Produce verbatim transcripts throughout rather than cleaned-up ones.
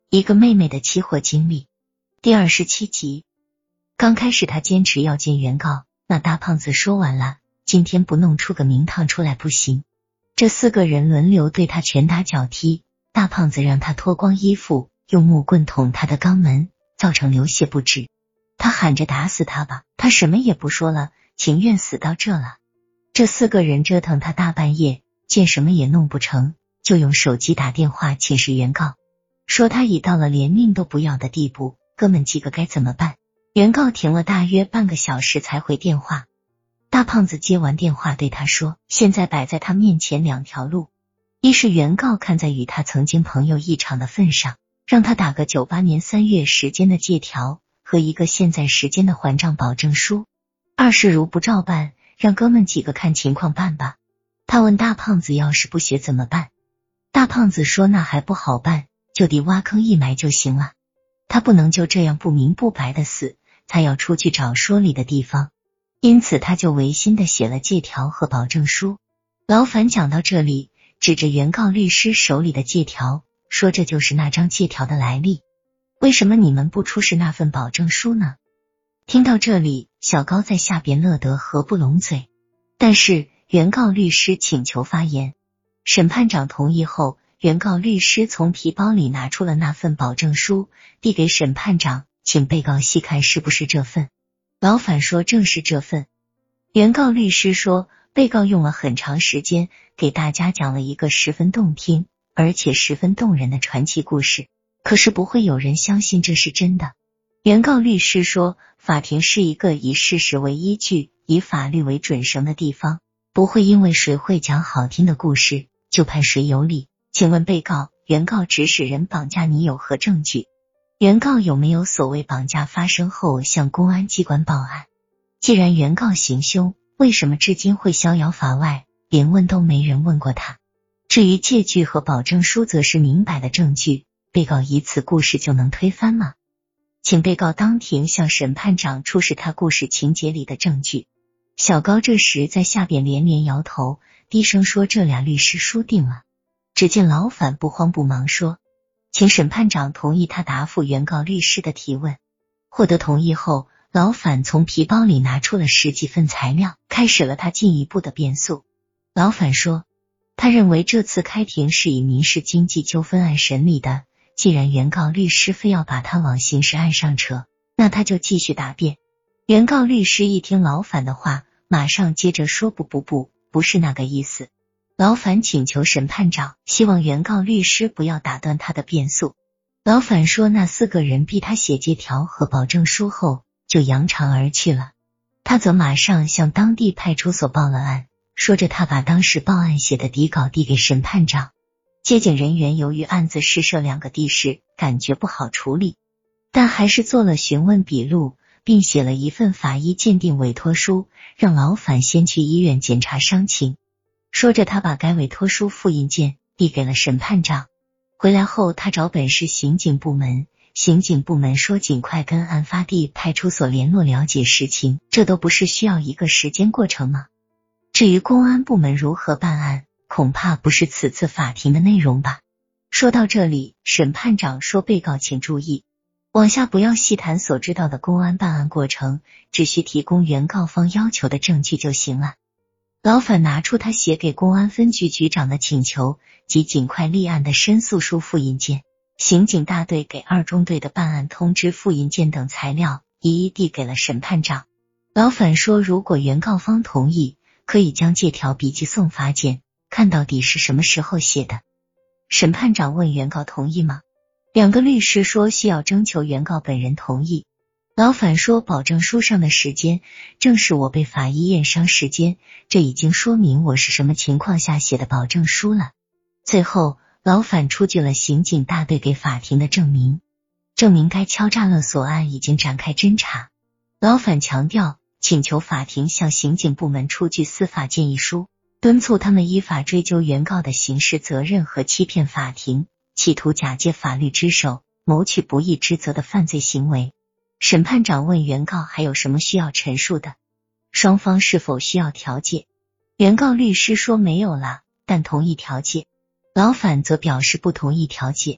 一个妹妹的期货经历第二十七集。刚开始他坚持要见原告，那大胖子说完了，今天不弄出个名堂出来不行。这四个人轮流对他拳打脚踢，大胖子让他脱光衣服，用木棍捅他的肛门，造成流血不止。他喊着打死他吧，他什么也不说了，情愿死到这了。这四个人折腾他大半夜，见什么也弄不成，就用手机打电话请示原告，说他已到了连命都不要的地步，哥们几个该怎么办？原告停了大约半个小时才回电话。大胖子接完电话对他说，现在摆在他面前两条路，一是原告看在与他曾经朋友一场的份上，让他打个九八年三月时间的借条和一个现在时间的还账保证书；二是如不照办，让哥们几个看情况办吧。他问大胖子要是不写怎么办？大胖子说那还不好办，就地挖坑一埋就行了。他不能就这样不明不白的死，他要出去找说理的地方，因此他就违心的写了借条和保证书。老反讲到这里，指着原告律师手里的借条，说这就是那张借条的来历。为什么你们不出示那份保证书呢？听到这里，小高在下边乐得合不拢嘴。但是原告律师请求发言，审判长同意后，原告律师从皮包里拿出了那份保证书，递给审判长，请被告细看是不是这份。老反说正是这份。原告律师说，被告用了很长时间给大家讲了一个十分动听而且十分动人的传奇故事，可是不会有人相信这是真的。原告律师说，法庭是一个以事实为依据，以法律为准绳的地方，不会因为谁会讲好听的故事就判谁有理。请问被告，原告指使人绑架你有何证据？原告有没有所谓绑架发生后向公安机关报案？既然原告行凶，为什么至今会逍遥法外，连问都没人问过他？至于借据和保证书则是明摆的证据，被告以此故事就能推翻吗？请被告当庭向审判长出示他故事情节里的证据。小高这时在下边连连摇头，低声说这俩律师输定了。只见老反不慌不忙说，请审判长同意他答复原告律师的提问。获得同意后，老反从皮包里拿出了十几份材料，开始了他进一步的辩诉。老反说，他认为这次开庭是以民事经济纠纷案审理的，既然原告律师非要把他往刑事案上扯，那他就继续答辩。原告律师一听老反的话，马上接着说不不不，不是那个意思。老反请求审判长，希望原告律师不要打断他的辩诉。老反说，那四个人逼他写借条和保证书后，就扬长而去了。他则马上向当地派出所报了案，说着他把当时报案写的底稿递给审判长。接警人员由于案子是涉两个地市，感觉不好处理，但还是做了询问笔录，并写了一份法医鉴定委托书，让老反先去医院检查伤情。说着他把该委托书复印件递给了审判长。回来后他找本市刑警部门，刑警部门说尽快跟案发地派出所联络了解实情，这都不是需要一个时间过程吗？至于公安部门如何办案，恐怕不是此次法庭的内容吧。说到这里，审判长说，被告请注意，往下不要细谈所知道的公安办案过程，只需提供原告方要求的证据就行了。老反拿出他写给公安分局局长的请求及尽快立案的申诉书复印件、刑警大队给二中队的办案通知复印件等材料，一一递给了审判长。老反说，如果原告方同意，可以将借条笔记送法检，看到底是什么时候写的。审判长问原告同意吗？两个律师说需要征求原告本人同意。老反说，保证书上的时间正是我被法医验伤时间，这已经说明我是什么情况下写的保证书了。最后老反出具了刑警大队给法庭的证明，证明该敲诈勒索案已经展开侦查。老反强调，请求法庭向刑警部门出具司法建议书，敦促他们依法追究原告的刑事责任和欺骗法庭、企图假借法律之手谋取不义之责的犯罪行为。审判长问原告还有什么需要陈述的，双方是否需要调解？原告律师说没有了，但同意调解。老反则表示不同意调解。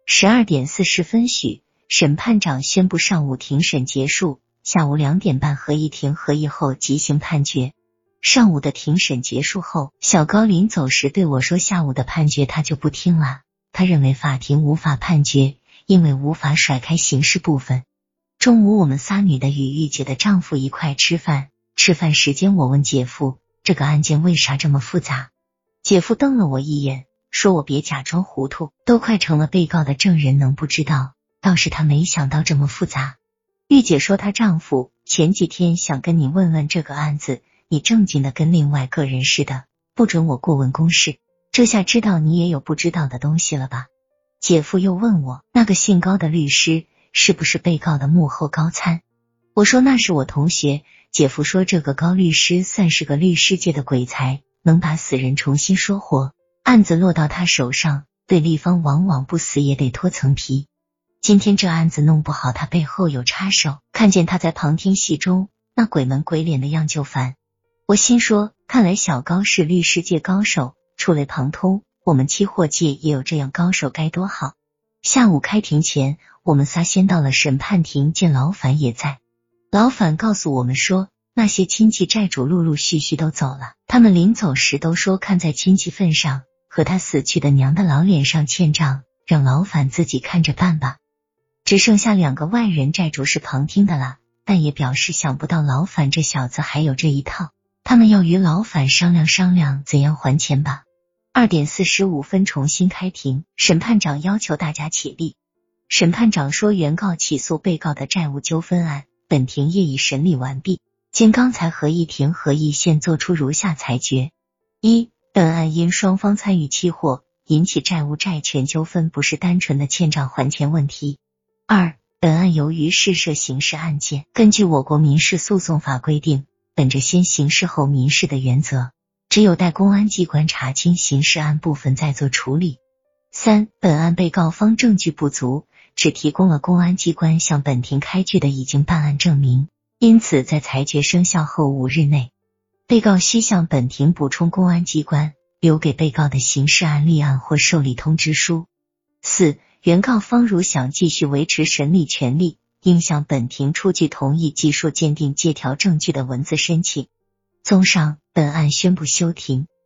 十二点四十分许，审判长宣布上午庭审结束，下午两点半合议庭合议后即行判决。上午的庭审结束后，小高临走时对我说，下午的判决他就不听了，他认为法庭无法判决，因为无法甩开刑事部分。中午我们仨女的与玉姐的丈夫一块吃饭，吃饭时间我问姐夫，这个案件为啥这么复杂？姐夫瞪了我一眼，说我别假装糊涂，都快成了被告的证人能不知道，倒是他没想到这么复杂。玉姐说她丈夫前几天想跟你问问这个案子，你正经的跟另外个人似的，不准我过问公事，这下知道你也有不知道的东西了吧？姐夫又问我，那个姓高的律师是不是被告的幕后高参？我说那是我同学。姐夫说这个高律师算是个律师界的鬼才，能把死人重新说活，案子落到他手上，对立方往往不死也得脱层皮。今天这案子弄不好他背后有插手，看见他在旁听戏中那鬼门鬼脸的样就烦。我心说，看来小高是律师界高手，触类旁通，我们期货界也有这样高手该多好。下午开庭前，我们仨先到了审判庭，见老反也在。老反告诉我们说，那些亲戚债主陆陆续续都走了，他们临走时都说看在亲戚份上，和他死去的娘的老脸上欠账，让老反自己看着办吧。只剩下两个外人债主是旁听的了，但也表示想不到老反这小子还有这一套，他们要与老反商量商量怎样还钱吧。二点四十五分重新开庭，审判长要求大家起立。审判长说，原告起诉被告的债务纠纷案，本庭业已审理完毕，经刚才合议庭合议现作出如下裁决：一、本案因双方参与期货，引起债务债权纠纷，不是单纯的欠账还钱问题。二、本案由于是涉刑事案件，根据我国民事诉讼法规定，本着先刑事后民事的原则，只有待公安机关查清刑事案部分再做处理。三、本案被告方证据不足，只提供了公安机关向本庭开具的已经办案证明，因此在裁决生效后五日内，被告需向本庭补充公安机关留给被告的刑事案立案或受理通知书。四、原告方如想继续维持审理权利，应向本庭出具同意技术鉴定借条证据的文字申请。综上，本案宣布休庭。